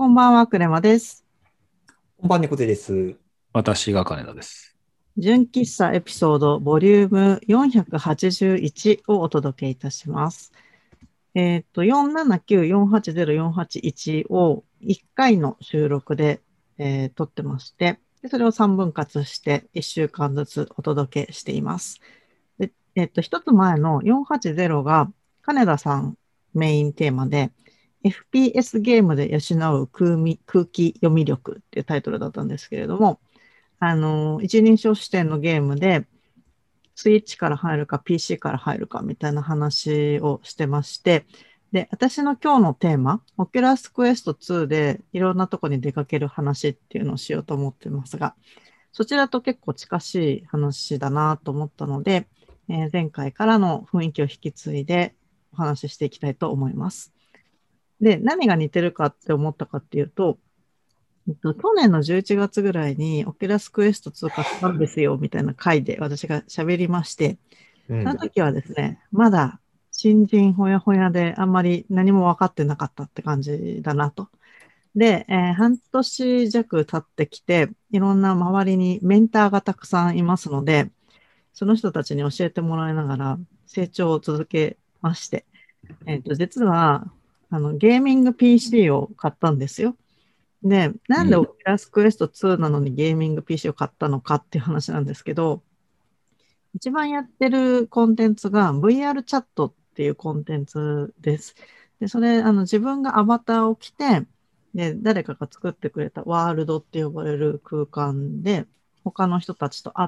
こんばんは、クレマです。 こんばんは、猫背です。 私が金田です。 純喫茶エピソードボリューム481をお届けいたします。479、480、481を1回の収録で、撮ってまして、でそれを3分割して1週間ずつお届けしています。で、一つ前の480が金田さんメインテーマで、FPS ゲームで養う空気読み力っていうタイトルだったんですけれども、一人称視点のゲームで、スイッチから入るか PC から入るかみたいな話をしてまして、で、私の今日のテーマ、オキュラスクエスト2でいろんなとこに出かける話っていうのをしようと思ってますが、そちらと結構近しい話だなと思ったので、前回からの雰囲気を引き継いでお話ししていきたいと思います。で、何が似てるかって思ったかっていうと、去年の11月ぐらいにオキュラスクエスト2買ったんですよみたいな回で私が喋りまして、その時はですね、まだ新人ほやほやであんまり何も分かってなかったって感じだなと。で、半年弱経ってきて、いろんな周りにメンターがたくさんいますので、その人たちに教えてもらいながら成長を続けまして、実はゲーミング PC を買ったんですよ。で、なんでオキュラスクエスト2なのにゲーミング PC を買ったのかっていう話なんですけど、一番やってるコンテンツが VR チャットっていうコンテンツです。で、それ、自分がアバターを着て、で、誰かが作ってくれたワールドって呼ばれる空間で、他の人たちと会って、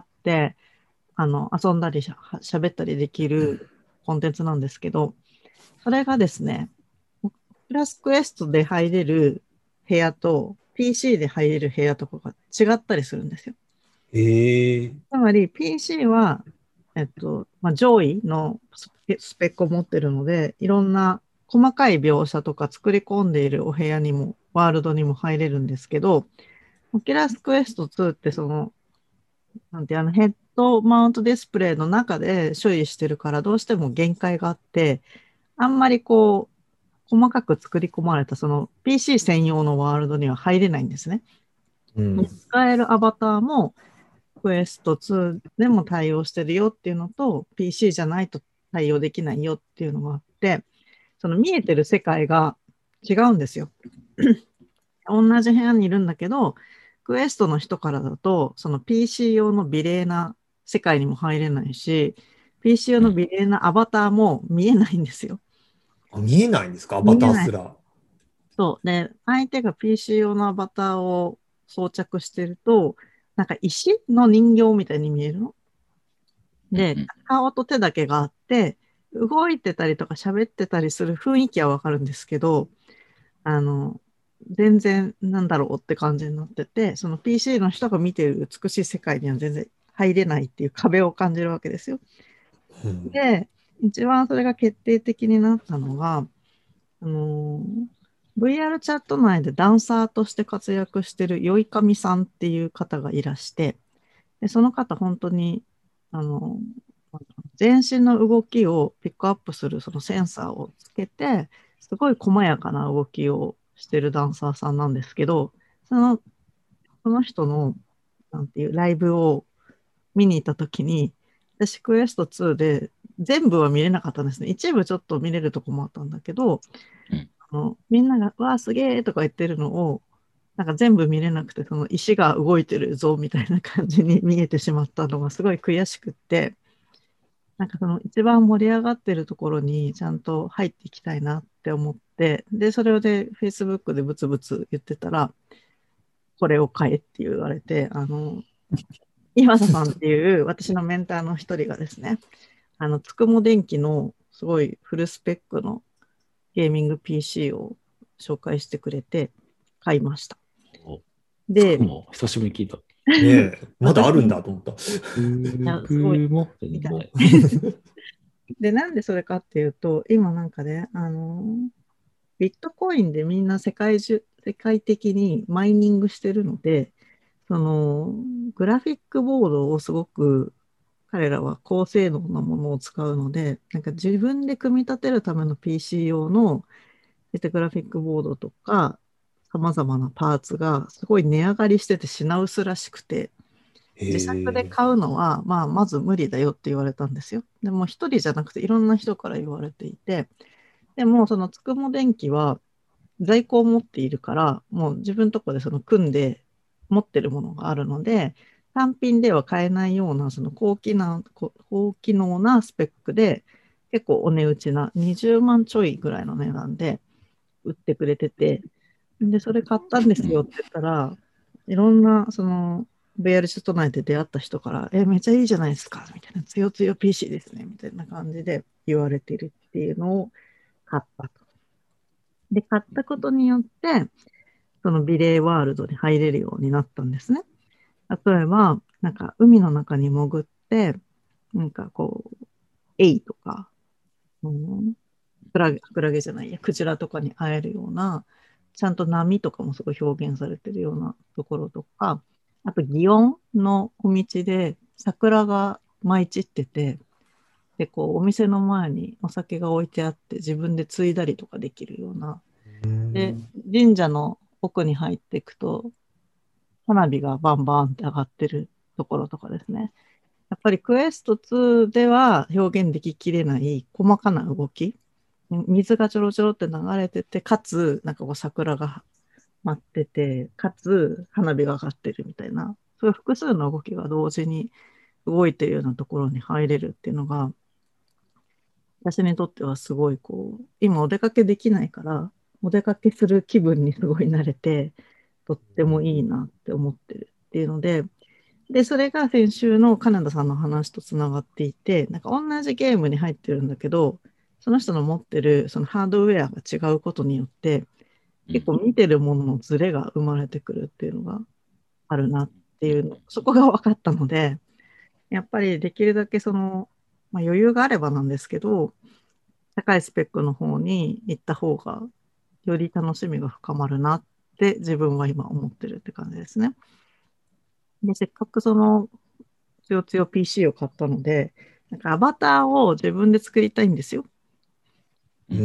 遊んだり喋ったりできるコンテンツなんですけど、それがですね、オキュラスクエストで入れる部屋と PC で入れる部屋とかが違ったりするんですよ。 ええ。 つまり PC は、上位のスペックを持ってるので、いろんな細かい描写とか作り込んでいるお部屋にも、ワールドにも入れるんですけど、オキュラスクエスト2ってなんてヘッドマウントディスプレイの中で処理してるからどうしても限界があって、あんまり細かく作り込まれたPC 専用のワールドには入れないんですね。 うん。 使えるアバターもクエスト2でも対応してるよっていうのと PC じゃないと対応できないよっていうのがあって、その見えてる世界が違うんですよ。同じ部屋にいるんだけど、クエストの人からだと、その PC 用の美麗な世界にも入れないし、PC 用の美麗なアバターも見えないんですよ。 あ、見えないんですか、アバ見えない。 ターすら。 そう。で、相手が PC 用のアバターを装着してると、なんか石の人形みたいに見えるの。で、顔と手だけがあって、動いてたりとか喋ってたりする雰囲気はわかるんですけど、あの、全然なんだろうって感じになってて、その PC の人が見てる美しい世界には全然入れないっていう壁を感じるわけですよ。 うん。 で、一番それが決定的になったのが、あの VR チャット内でダンサーとして活躍してるよいかみさんっていう方がいらして、で、その方本当に、あの、全身の動きをピックアップするそのセンサーをつけて、すごい細やかな動きをしてるダンサーさんなんですけど、その、その人の、なんていう、ライブを見に行った時に、私クエスト2で全部は見れなかったんですね。一部ちょっと見れるとこもあったんだけど、みんなが、わあ、すげえとか言ってるのを、なんか全部見れなくて、その石が動いてるぞみたいな感じに見えてしまったのがすごい悔しくって、なんかその一番盛り上がってるところにちゃんと入っていきたいなって思って、で、それをで Facebook でブツブツ言ってたら、これを買えって言われて、岩佐さんっていう私のメンターの一人がですね、つくも電機のすごいフルスペックのゲーミング PC を紹介してくれて買いました。で、 もう久しぶりに聞いた。 ねえ、まだあるん私も、 だと思った。 すごいもみたい。で、なんでそれかっていうと、今なんかね、ビットコインでみんな世界的にマイニングしてるので、その、グラフィックボードをすごく彼らは高性能なものを使うので、なんか自分で組み立てるための PC 用のグラフィックボードとか様々なパーツがすごい値上がりしてて品薄らしくて、 へ自作でえ。 買うのは、まず無理だよって言われたんですよ。でも一人じゃなくていろんな人から言われていて、でもそのつくも電機は在庫を持っているから、もう自分のところでその組んで持ってるものがあるので、単品では買えないようなその高機能なスペックで、結構お値打ちな20万ちょいぐらいの値段で売ってくれてて、で、それ買ったんですよって言ったら、いろんな、VR と唱えて出会った人から、めっちゃいいじゃないですか、みたいな、つよつよ PC ですね、みたいな感じで言われてるっていうのを買ったと。で、買ったことによって、そのビレーワールドに入れるようになったんですね。例えば、なんか海の中に潜って、なんかこう、エイとか、うん、クラゲじゃないや、クジラとかに会えるような、ちゃんと波とかもすごい表現されてるようなところとか、あと祇園の小道で桜が舞い散ってて、で、こう、お店の前にお酒が置いてあって自分で継いだりとかできるような。 うで、 ん。 神社の奥に入っていくと、花火がバンバンって上がってるところとかですね。やっぱりクエスト2では表現でききれない細かな動き、水がちょろちょろって流れてて、かつ、なんかこう桜が舞ってて、かつ花火が上がってるみたいな、そういう複数の動きが同時に動いてるようなところに入れるっていうのが、私にとってはすごいこう、今お出かけできないから、お出かけする気分にすごい慣れて、とってもいいなって思ってるっていうので、で、それが先週のカナダさんの話とつながっていて、なんか同じゲームに入ってるんだけど、その人の持ってるそのハードウェアが違うことによって、結構見てるもののズレが生まれてくるっていうのがあるなっていうの、そこが分かったので、やっぱりできるだけ余裕があればなんですけど、高いスペックの方に行った方が、より楽しみが深まるなって自分は今思ってるって感じですね。で、せっかくつよつよ PC を買ったので、なんかアバターを自分で作りたいんですよ。 うん。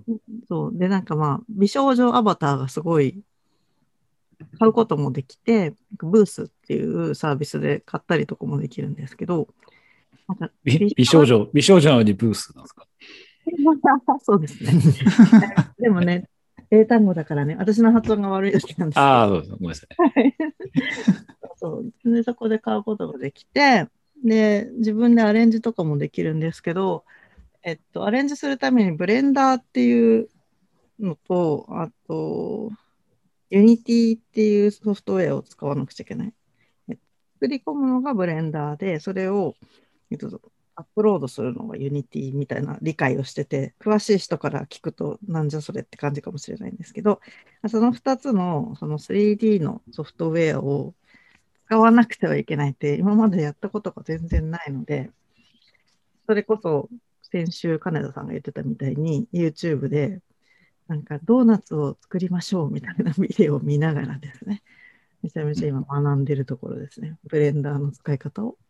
そう。で、なんか美少女アバターがすごい買うこともできて、なんかブースっていうサービスで買ったりとかもできるんですけど、なんか美少女なのにブースなんですか？ そうですね。でもね、英単語だからね、私の発音が悪いだけなんですけど。 ああ、そうです。ごめんなさい。 そう。で、そこで買うことができて、で、自分でアレンジとかもできるんですけど、アレンジするためにブレンダーっていうのと、あと、ユニティっていうソフトウェアを使わなくちゃいけない。作り込むのがブレンダーで、それを、アップロードするのがユニティみたいな理解をしてて、詳しい人から聞くとなんじゃそれって感じかもしれないんですけど、その2つのその 3D のソフトウェアを使わなくてはいけないって、今までやったことが全然ないので、それこそ先週金田さんが言ってたみたいに YouTube でなんかドーナツを作りましょうみたいなビデオを見ながらですね、めちゃめちゃ今学んでるところですね。ブレンダーの使い方を。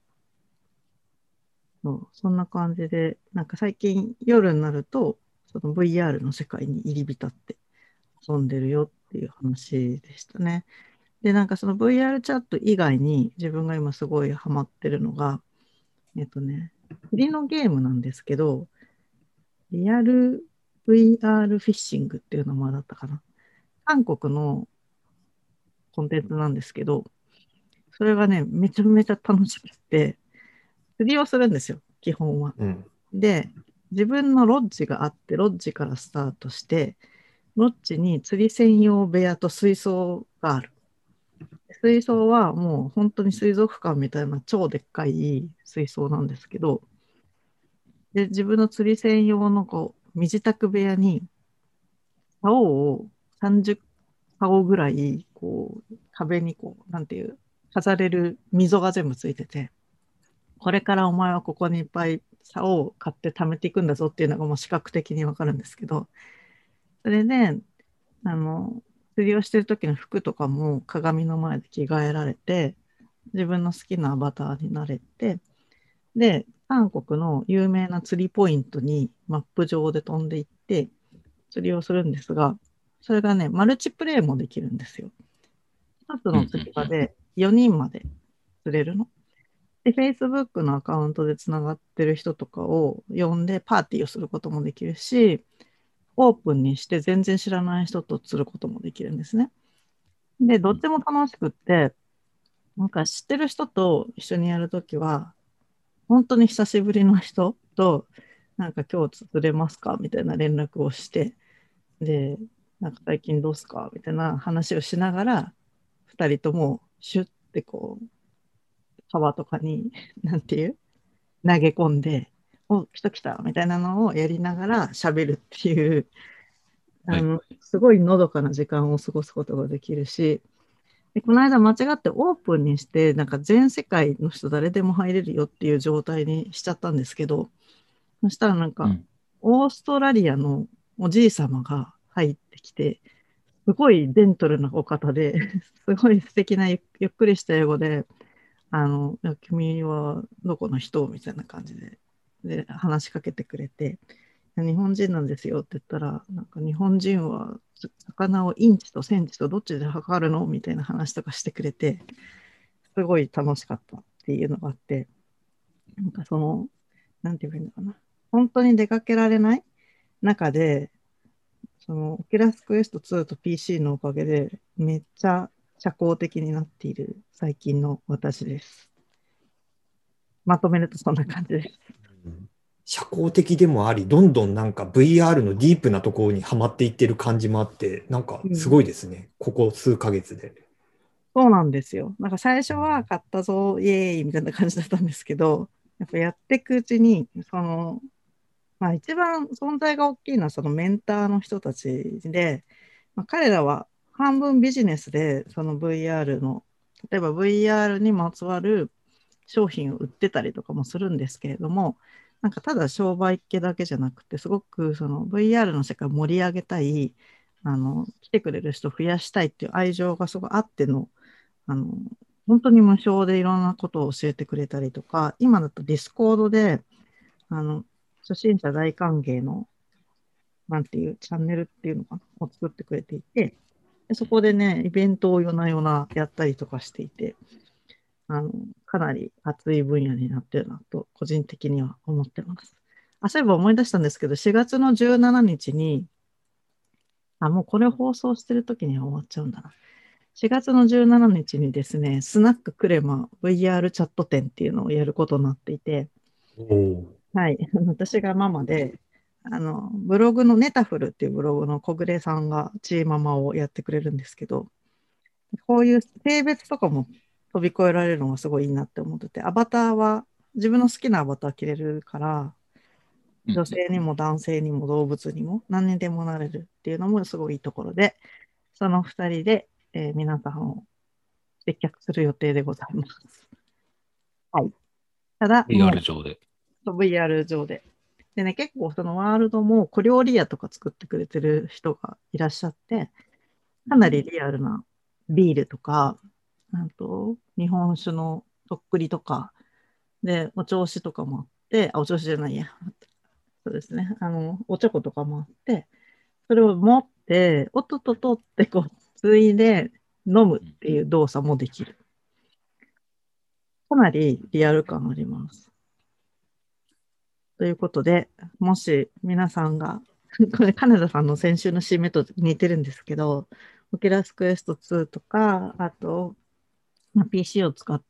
そんな感じで、なんか最近夜になると、その VR の世界に入り浸って遊んでるよっていう話でしたね。で、なんかその VR チャット以外に自分が今すごいハマってるのが、釣りのゲームなんですけど、リアル VR フィッシングっていう名前だったかな。韓国のコンテンツなんですけど、それがね、めちゃめちゃ楽しくて、釣りをするんですよ、基本は。 うん。 で、自分のロッジがあって、ロッジからスタートして、ロッジに釣り専用部屋と水槽がある。水槽はもう本当に水族館みたいな超でっかい水槽なんですけど、で、自分の釣り専用の身支度部屋に、竿を30竿ぐらい、壁になんていう、飾れる溝が全部ついてて、これからお前はここにいっぱい竿を買って貯めていくんだぞっていうのがもう視覚的にわかるんですけど、それで、あの、釣りをしてる時の服とかも鏡の前で着替えられて、自分の好きなアバターになれて、で、韓国の有名な釣りポイントにマップ上で飛んでいって釣りをするんですが、 それがね、マルチプレイもできるんですよ。一つの釣り場で4人まで釣れるの。で、Facebook のアカウントでつながってる人とかを呼んでパーティーをすることもできるし、オープンにして全然知らない人と釣ることもできるんですね。で、どっちも楽しくって、なんか知ってる人と一緒にやるときは、本当に久しぶりの人と、なんか今日釣れますかみたいな連絡をして、で、なんか最近どうすかみたいな話をしながら、二人ともシュッてこう、川とかに、なんていう投げ込んで、お、来た来たみたいなのをやりながら喋るっていう、 はい。 すごいのどかな時間を過ごすことができるし、で、この間間違ってオープンにして、なんか全世界の人誰でも入れるよっていう状態にしちゃったんですけど、そしたらなんか、 うん。 オーストラリアのおじい様が入ってきて、すごいジェントルなお方で、すごい素敵なゆっくりした英語で、いや君はどこの人みたいな感じで話しかけてくれて、日本人なんですよって言ったら、なんか日本人は魚をインチとセンチとどっちで測るのみたいな話とかしてくれて、すごい楽しかったっていうのがあって、なんかその、なんて言えばいいのかな。本当に出かけられない中で、そのオキュラスクエスト2と PC のおかげで、めっちゃ社交的になっている最近の私です。まとめるとそんな感じです。 社交的でもあり、どんどんなんか VR のディープなところにはまっていってる感じもあって、なんかすうん、 ごいですね。ここ数ヶ月で。 そうなんですよ。なんか最初は買ったぞ、イエーイみたいな感じだったんですけど、やっぱやっていくうちに、まあ一番存在が大きいのはそのメンターの人たちで、まあ、彼らは半分ビジネスでその VR の、例えば VR にまつわる商品を売ってたりとかもするんですけれども、なんかただ商売っ気だけじゃなくて、すごくその VR の世界を盛り上げたい、来てくれる人を増やしたいっていう愛情がすごいあっての、あの、本当に無償でいろんなことを教えてくれたりとか、今だとディスコードで、あの、初心者大歓迎の、なんていうチャンネルっていうのかな、を作ってくれていて、でそこでね、イベントを夜な夜なやったりとかしていて、あの、かなり熱い分野になってるなと、個人的には思ってます。あ、そういえば思い出したんですけど、4月の17日に、もうこれ放送してる時には終わっちゃうんだな。4月の17日にですね、スナッククレマ VR チャット展っていうのをやることになっていて、 おお。 はい、私がママで、ブログのネタフルっていうブログの小暮さんがチーママをやってくれるんですけど、こういう性別とかも飛び越えられるのがすごいいいなって思ってて、アバターは自分の好きなアバター着れるから、 うん。 女性にも男性にも動物にも何にでもなれるっていうのもすごいいいところで、その2人で、皆さんを接客する予定でございます。はい。ただ、 VR 上で。 VR 上で。でね、結構そのワールドも小料理屋とか作ってくれてる人がいらっしゃって、かなりリアルなビールとか、あと日本酒のとっくりとか、で、お調子とかもあって、お調子じゃないや。そうですね。おちょことかもあって、それを持って、おっとっとっとってこう、ついで飲むっていう動作もできる。かなりリアル感あります。ということで、もし皆さんが、これ、金田さんの先週の締めと似てるんですけど、オキュラスクエスト2とか、あと、PC を使った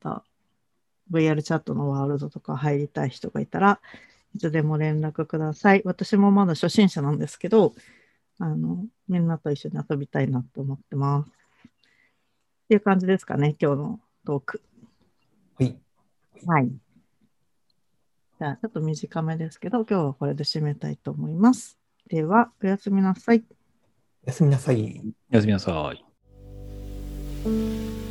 VR チャットのワールドとか入りたい人がいたらいつでも連絡ください。私もまだ初心者なんですけど、みんなと一緒に遊びたいなと思ってます。っていう感じですかね、今日のトーク。 はい。 はい。じゃあ、ちょっと短めですけど、今日はこれで締めたいと思います。では、おやすみなさい。 おやすみなさい。 おやすみなさい。